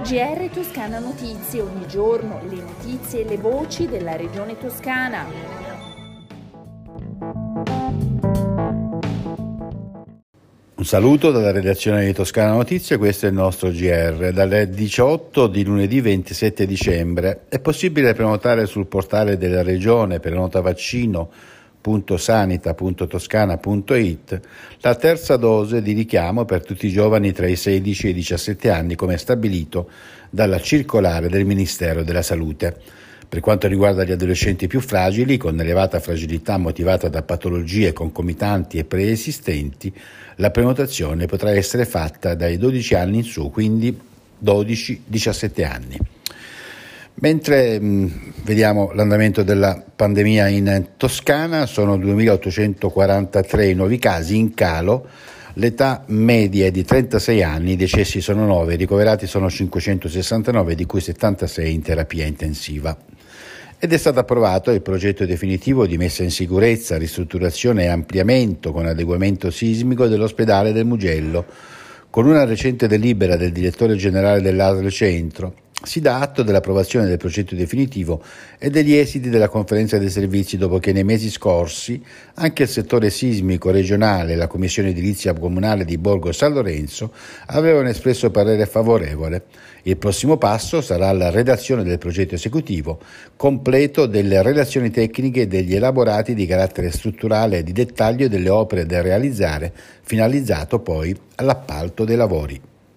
GR Toscana Notizie, ogni giorno le notizie e le voci della regione toscana. Un saluto dalla redazione di Toscana Notizie, questo è il nostro GR. Dalle 18 di lunedì 27 dicembre è possibile prenotare sul portale della regione prenotavaccino.sanita.toscana.it la terza dose di richiamo per tutti i giovani tra i 16 e i 17 anni, come stabilito dalla circolare del Ministero della Salute. Per quanto riguarda gli adolescenti più fragili, con elevata fragilità motivata da patologie concomitanti e preesistenti, la prenotazione potrà essere fatta dai 12 anni in su, quindi 12-17 anni. Mentre vediamo l'andamento della pandemia in Toscana, sono 2.843 i nuovi casi in calo, l'età media è di 36 anni, i decessi sono 9, i ricoverati sono 569, di cui 76 in terapia intensiva. Ed è stato approvato il progetto definitivo di messa in sicurezza, ristrutturazione e ampliamento con adeguamento sismico dell'ospedale del Mugello. Con una recente delibera del direttore generale dell'ASL Centro si dà atto dell'approvazione del progetto definitivo e degli esiti della conferenza dei servizi, dopo che nei mesi scorsi anche il settore sismico regionale e la Commissione Edilizia Comunale di Borgo San Lorenzo avevano espresso parere favorevole. Il prossimo passo sarà la redazione del progetto esecutivo completo delle relazioni tecniche e degli elaborati di carattere strutturale e di dettaglio delle opere da realizzare, finalizzato poi all'appalto dei lavori.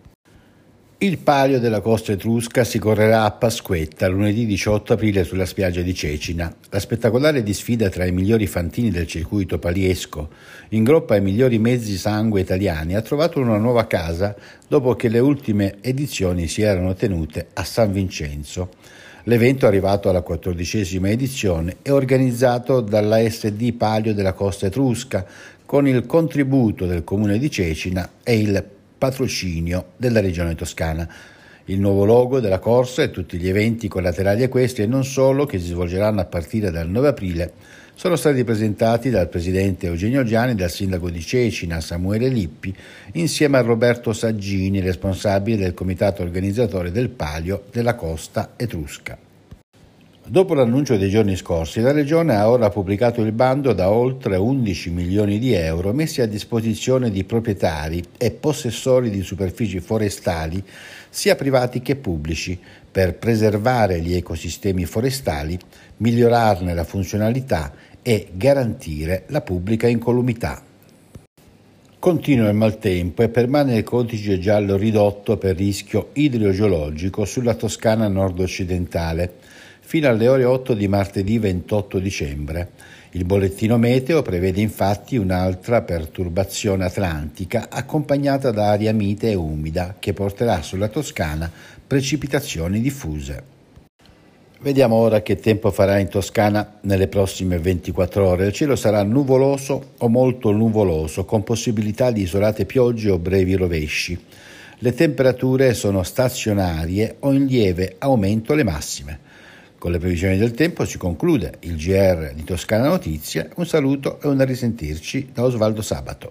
Il Palio della Costa Etrusca si correrà a Pasquetta lunedì 18 aprile sulla spiaggia di Cecina. La spettacolare disfida tra i migliori fantini del circuito paliesco, in groppa ai migliori mezzi sangue italiani, ha trovato una nuova casa dopo che le ultime edizioni si erano tenute a San Vincenzo. L'evento, arrivato alla 14ª edizione, è organizzato dalla SD Palio della Costa Etrusca con il contributo del Comune di Cecina e il patrocinio della regione toscana. Il nuovo logo della corsa e tutti gli eventi collaterali a questi e non solo, che si svolgeranno a partire dal 9 aprile, sono stati presentati dal presidente Eugenio Giani e dal sindaco di Cecina Samuele Lippi, insieme a Roberto Saggini, responsabile del comitato organizzatore del Palio della Costa Etrusca. Dopo l'annuncio dei giorni scorsi, la Regione ha ora pubblicato il bando da oltre 11 milioni di euro messi a disposizione di proprietari e possessori di superfici forestali, sia privati che pubblici, per preservare gli ecosistemi forestali, migliorarne la funzionalità e garantire la pubblica incolumità. Continua il maltempo e permane il codice giallo ridotto per rischio idrogeologico sulla Toscana nord-occidentale fino alle ore 8 di martedì 28 dicembre. Il bollettino meteo prevede infatti un'altra perturbazione atlantica accompagnata da aria mite e umida che porterà sulla Toscana precipitazioni diffuse. Vediamo ora che tempo farà in Toscana nelle prossime 24 ore. Il cielo sarà nuvoloso o molto nuvoloso, con possibilità di isolate piogge o brevi rovesci. Le temperature sono stazionarie o in lieve aumento le massime. Con le previsioni del tempo si conclude il GR di Toscana Notizie. Un saluto e un a risentirci da Osvaldo Sabato.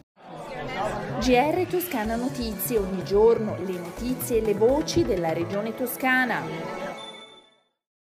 GR Toscana Notizie, ogni giorno le notizie e le voci della regione toscana.